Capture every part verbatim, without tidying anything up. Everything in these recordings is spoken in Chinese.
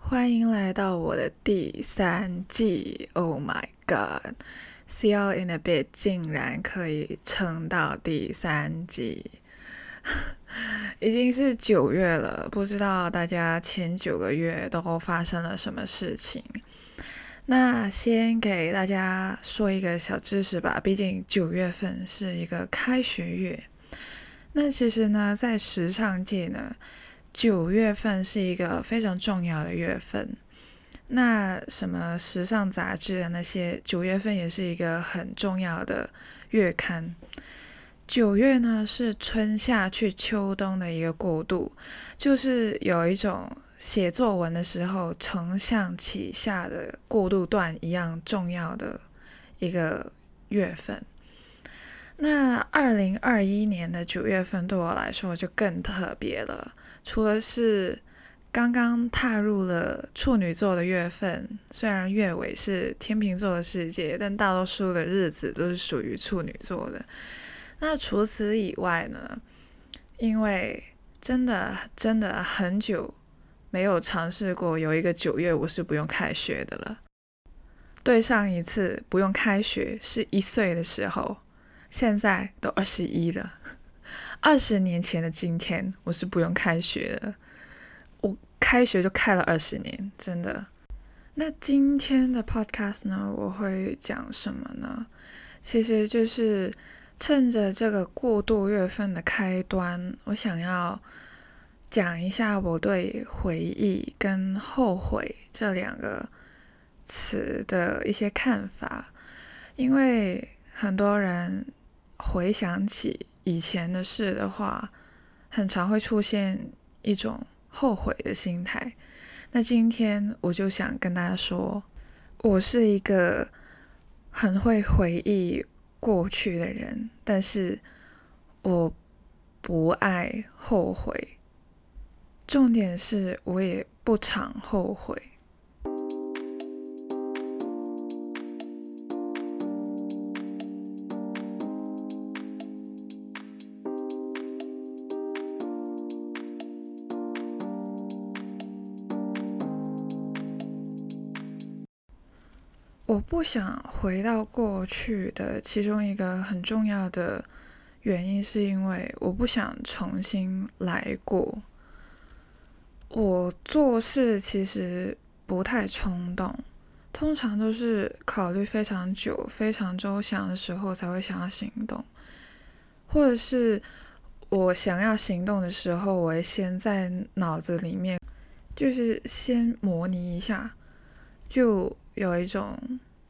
欢迎来到我的第三季 ！Oh my god！ See you in a bit 竟然可以撑到第三季，已经是九月了，不知道大家前九个月都发生了什么事情。那先给大家说一个小知识吧，毕竟九月份是一个开学月。那其实呢，在时尚界呢，九月份是一个非常重要的月份。那什么时尚杂志啊那些，九月份也是一个很重要的月刊。九月呢是春夏去秋冬的一个过渡，就是有一种写作文的时候承上启下的过渡段一样重要的一个月份。那二零二一年的九月份对我来说就更特别了，除了是刚刚踏入了处女座的月份，虽然月尾是天秤座的世界，但大多数的日子都是属于处女座的。那除此以外呢，因为真的真的很久没有尝试过有一个九月我是不用开学的了。对上一次不用开学是一岁的时候，现在都二十一了。二十年前的今天我是不用开学的，我开学就开了二十年，真的。那今天的 podcast 呢，我会讲什么呢？其实就是趁着这个过渡月份的开端，我想要讲一下我对回忆跟后悔这两个词的一些看法。因为很多人回想起以前的事的话，很常会出现一种后悔的心态。那今天我就想跟大家说，我是一个很会回忆过去的人，但是我不爱后悔。重点是我也不常后悔。我不想回到过去的其中一个很重要的原因，是因为我不想重新来过。我做事其实不太冲动，通常都是考虑非常久、非常周详的时候才会想要行动，或者是我想要行动的时候，我会先在脑子里面就是先模拟一下，就有一种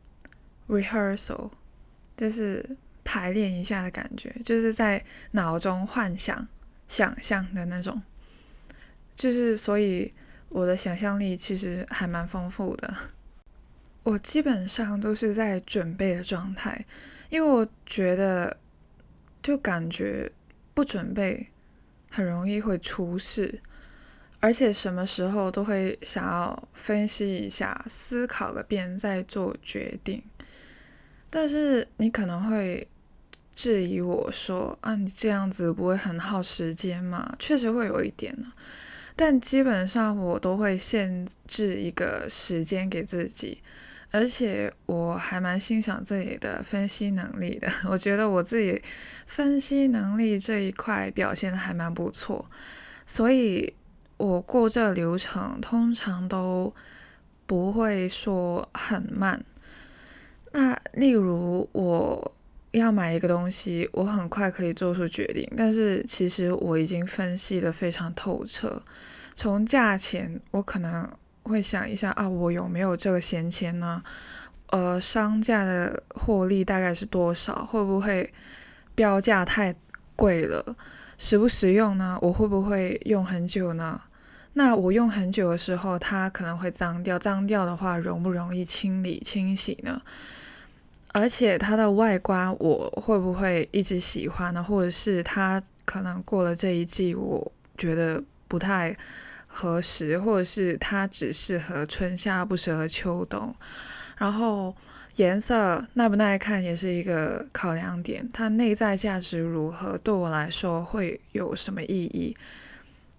rehearsal， 就是排练一下的感觉，就是在脑中幻想、想象的那种。就是所以我的想象力其实还蛮丰富的。我基本上都是在准备的状态，因为我觉得就感觉不准备很容易会出事。而且什么时候都会想要分析一下，思考个遍再做决定。但是你可能会质疑我说啊，你这样子不会很耗时间吗？确实会有一点呢，但基本上我都会限制一个时间给自己，而且我还蛮欣赏自己的分析能力的。我觉得我自己分析能力这一块表现的还蛮不错，所以我过这流程通常都不会说很慢。那例如我要买一个东西，我很快可以做出决定，但是其实我已经分析得非常透彻。从价钱，我可能会想一下啊，我有没有这个闲钱呢？呃，商家的获利大概是多少？会不会标价太贵了？实不实用呢？我会不会用很久呢？那我用很久的时候，它可能会脏掉，脏掉的话，容不容易清理清洗呢？而且它的外观我会不会一直喜欢呢？或者是它可能过了这一季，我觉得不太合适，或者是它只适合春夏，不适合秋冬。然后颜色耐不耐看也是一个考量点，它内在价值如何，对我来说会有什么意义？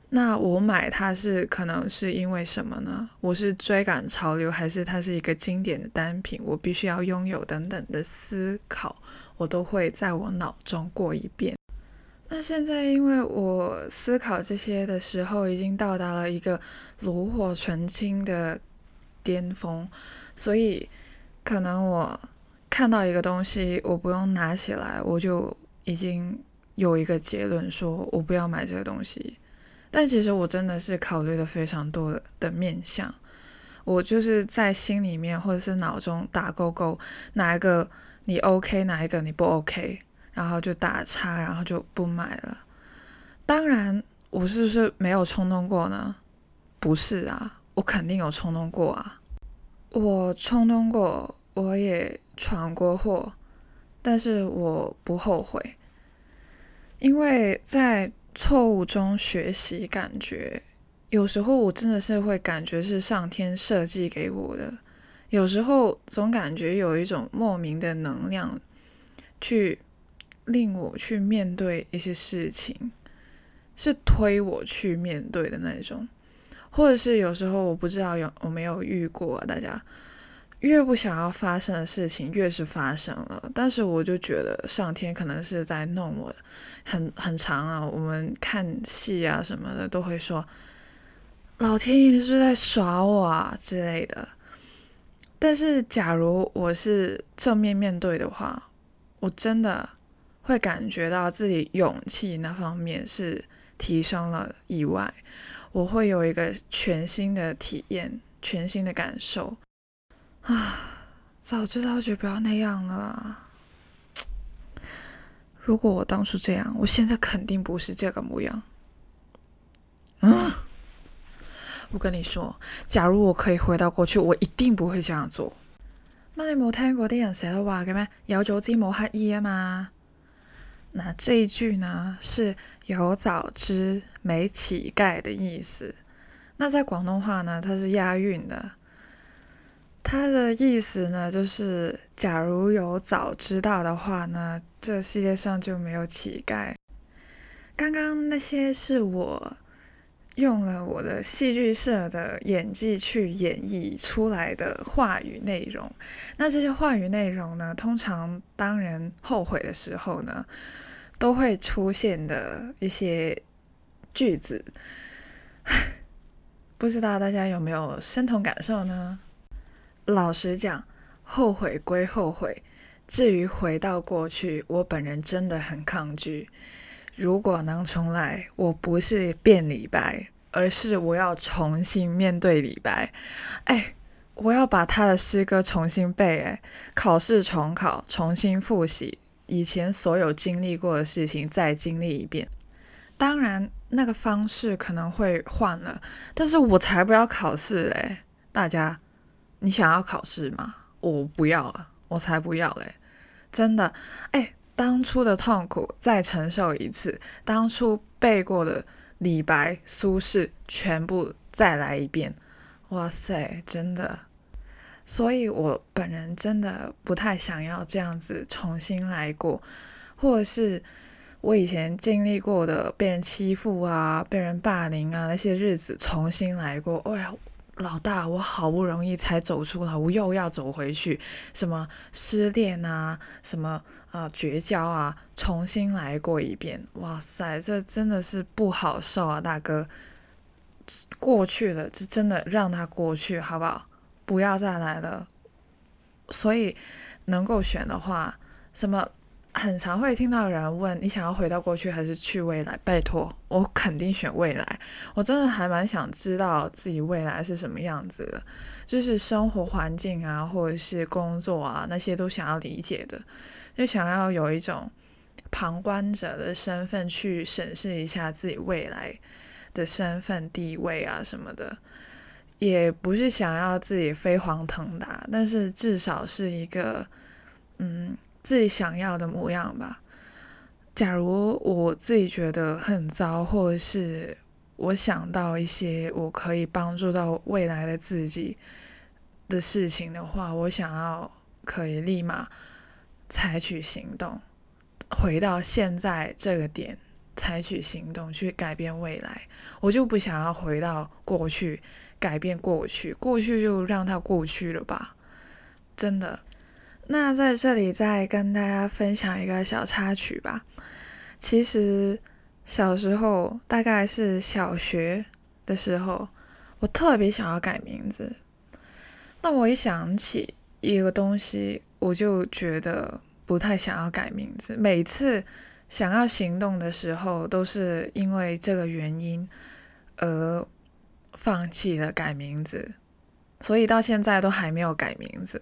那我买它是可能是因为什么呢？我是追赶潮流，还是它是一个经典的单品，我必须要拥有等等的思考，我都会在我脑中过一遍。那现在因为我思考这些的时候已经到达了一个炉火纯青的巅峰，所以可能我看到一个东西，我不用拿起来，我就已经有一个结论说我不要买这个东西。但其实我真的是考虑了非常多的的面向，我就是在心里面或者是脑中打勾勾，哪一个你 OK， 哪一个你不 OK， 然后就打叉，然后就不买了。当然我是不是没有冲动过呢？不是啊，我肯定有冲动过啊。我冲动过，我也闯过祸，但是我不后悔，因为在错误中学习，感觉有时候我真的是会感觉是上天设计给我的，有时候总感觉有一种莫名的能量去令我去面对一些事情，是推我去面对的那种。或者是有时候我不知道有我没有遇过、啊、大家越不想要发生的事情越是发生了，但是我就觉得上天可能是在弄我。很很长啊，我们看戏啊什么的都会说老天爷你是不是在耍我啊之类的。但是假如我是正面面对的话，我真的会感觉到自己勇气那方面是提升了以外，我会有一个全新的体验，全新的感受啊！早知道就不要那样了。如果我当初这样，我现在肯定不是这个模样。嗯，我跟你说，假如我可以回到过去，我一定不會這樣做。乜你冇聽過啲人成日都話嘅咩？有早知冇乞兒啊嘛。那這一句呢，是有早知沒乞丐的意思。那在廣東話呢，它是押韻的。它的意思呢，就是假如有早知道的話呢，這世界上就沒有乞丐。剛剛那些是我用了我的戲劇社的演技去演繹出來的話語內容。那這些話語內容呢，通常當人後悔的時候呢，都會出現的一些句子。不知道大家有沒有身同感受呢？老實講，後悔歸後悔，至於回到過去，我本人真的很抗拒。如果能重來，我不是變李白，而是我要重新面對李白。哎，我要把他的詩歌重新背，哎，考試重考，重新複習，以前所有經歷過的事情再經歷一遍。當然，那個方式可能會換了，但是我才不要考試嘞，大家。你想要考試嗎？我不要啊，我才不要嘞！真的，哎，當初的痛苦再承受一次，當初背過的李白、蘇軾全部再來一遍，哇塞，真的！所以我本人真的不太想要這樣子重新來過，或者是我以前經歷過的被人欺負啊、被人霸凌啊那些日子重新來過，哎呀！老大，我好不容易才走出來，我又要走回去，什麼失戀啊，什麼呃絕交啊，重新來過一遍。哇塞，這真的是不好受啊，大哥。過去了，就真的讓它過去，好不好？不要再來了。所以能夠選的話，什麼很常會聽到人問你想要回到過去還是去未來，拜託我肯定選未來。我真的還蠻想知道自己未來是什麼樣子的，就是生活環境啊或者是工作啊那些都想要理解的，就想要有一種旁觀者的身份去審視一下自己未來的身份地位啊什麼的，也不是想要自己飛黃騰達，但是至少是一個嗯自己想要的模樣吧。假如我自己覺得很糟，或者是我想到一些我可以幫助到未來的自己的事情的話，我想要可以立馬採取行動，回到現在這個點采取行动去改变未来。我就不想要回到过去改变过去，过去就让它过去了吧，真的。那在这里再跟大家分享一个小插曲吧。其实小时候，大概是小学的时候，我特别想要改名字。那我一想起一个东西，我就觉得不太想要改名字。每次想要行动的时候，都是因为这个原因而放弃了改名字，所以到现在都还没有改名字。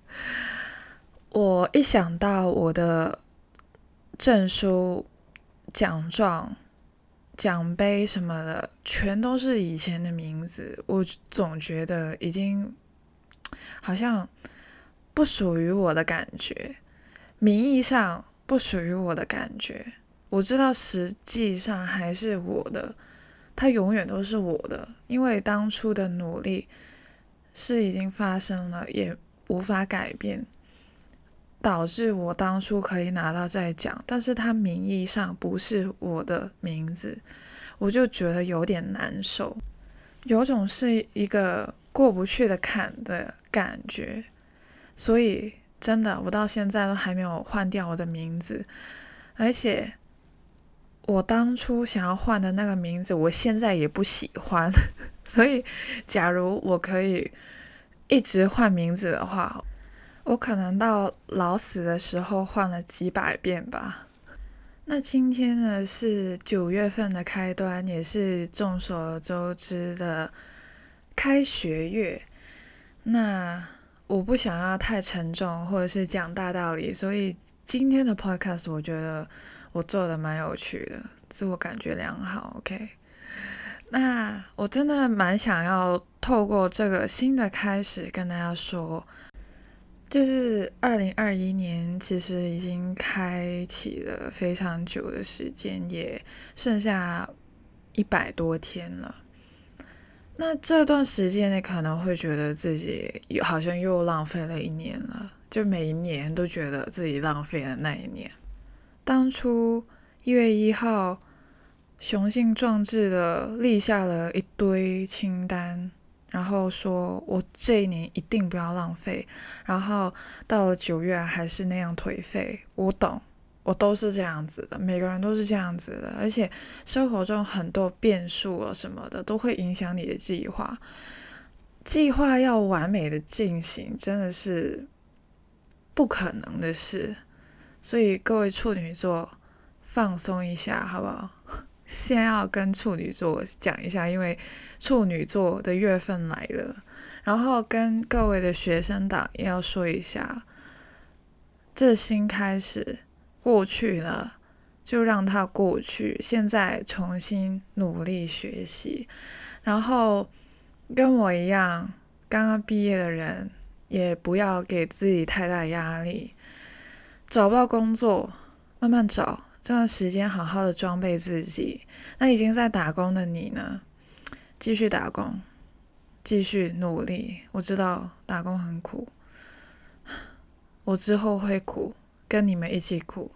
我一想到我的证书、奖状、奖杯什么的，全都是以前的名字，我总觉得已经好像不属于我的感觉，名义上不属于我的感觉。我知道实际上还是我的，它永远都是我的，因为当初的努力是已经发生了，也无法改变，导致我当初可以拿到这奖，但是它名义上不是我的名字，我就觉得有点难受，有种是一个过不去的坎的感觉。所以真的，我到现在都还没有换掉我的名字，而且我当初想要换的那个名字，我现在也不喜欢。所以假如我可以一直换名字的话，我可能到老死的时候换了几百遍吧。那今天呢是九月份的开端，也是众所周知的开学月。那我不想要太沉重或者是讲大道理，所以今天的 podcast 我觉得我做的蛮有趣的，自我感觉良好。 OK， 那我真的蛮想要透过这个新的开始跟大家说，就是二零二一年其实已经开启了非常久的时间，也剩下一百多天了。那这段时间你可能会觉得自己好像又浪费了一年了，就每一年都觉得自己浪费了那一年。当初一月一号雄心壮志的立下了一堆清单，然后说我这一年一定不要浪费，然后到了九月还是那样颓废。我懂，我都是这样子的，每个人都是这样子的，而且生活中很多变数啊什么的都会影响你的计划。计划要完美的进行，真的是不可能的事。所以各位处女座，放松一下好不好？先要跟处女座讲一下，因为处女座的月份来了，然后跟各位的学生党也要说一下，这新开始过去了就让它过去，现在重新努力学习，然后跟我一样刚刚毕业的人也不要给自己太大压力，找不到工作慢慢找，这段时间好好的装备自己。那已经在打工的你呢，继续打工，继续努力。我知道打工很苦，我之后会苦，跟你们一起苦。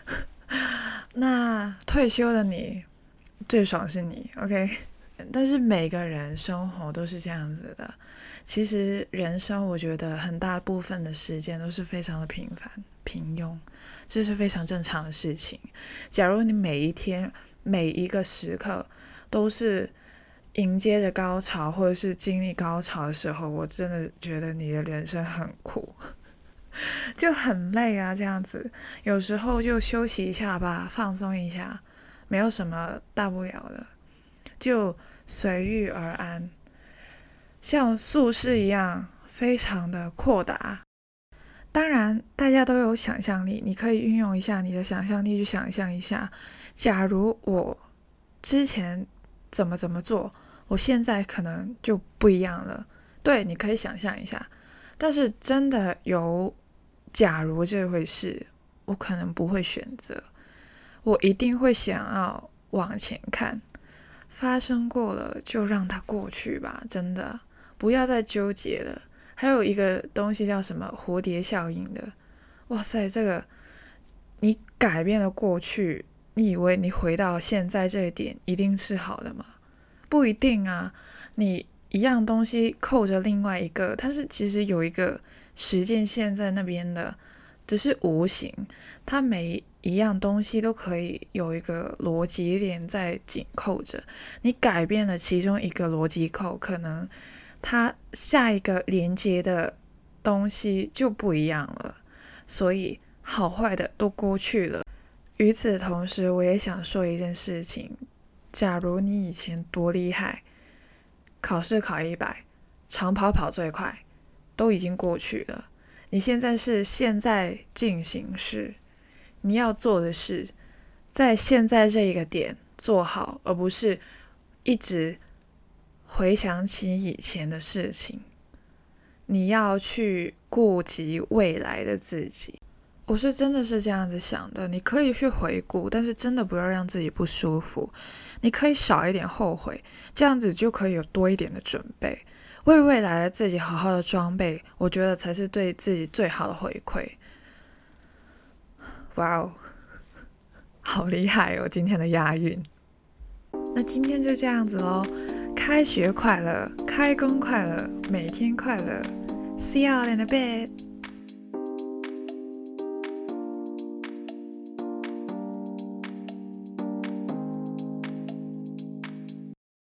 那退休的你最爽是你 OK， 但是每个人生活都是这样子的。其实人生我觉得很大部分的时间都是非常的平凡平庸，这是非常正常的事情。假如你每一天每一个时刻都是迎接着高潮或者是经历高潮的时候，我真的觉得你的人生很苦，就很累啊，这样子有时候就休息一下吧，放松一下，没有什么大不了的，就随遇而安，像宿世一样非常的阔达。当然大家都有想象力，你可以运用一下你的想象力去想象一下，假如我之前怎么怎么做，我现在可能就不一样了。对，你可以想象一下，但是真的有假如这回事，我可能不会选择，我一定会想要往前看，发生过了就让它过去吧，真的不要再纠结了。还有一个东西叫什么蝴蝶效应的，哇塞，这个你改变了过去， 你以为你回到现在这一点一定是好的吗？不一定啊，你一样东西扣着另外一个，它是其实有一个时间线在那边的，只是无形，它每一样东西都可以有一个逻辑链在紧扣着，你改变了其中一个逻辑扣，可能它下一个连接的东西就不一样了，所以好坏的都过去了。与此同时，我也想说一件事情，假如你以前多厉害，考试考一百，长跑跑最快，都已经过去了。你现在是现在进行时，你要做的是在现在这一个点做好，而不是一直回想起以前的事情。你要去顾及未来的自己。我是真的是这样子想的，你可以去回顾，但是真的不要让自己不舒服。你可以少一点后悔，这样子就可以有多一点的准备，为未来的自己好好的装备，我觉得才是对自己最好的回馈。哇哦，好厉害哦，今天的押韵。那今天就这样子咯，开学快乐，开工快乐，每天快乐。See you in a bit.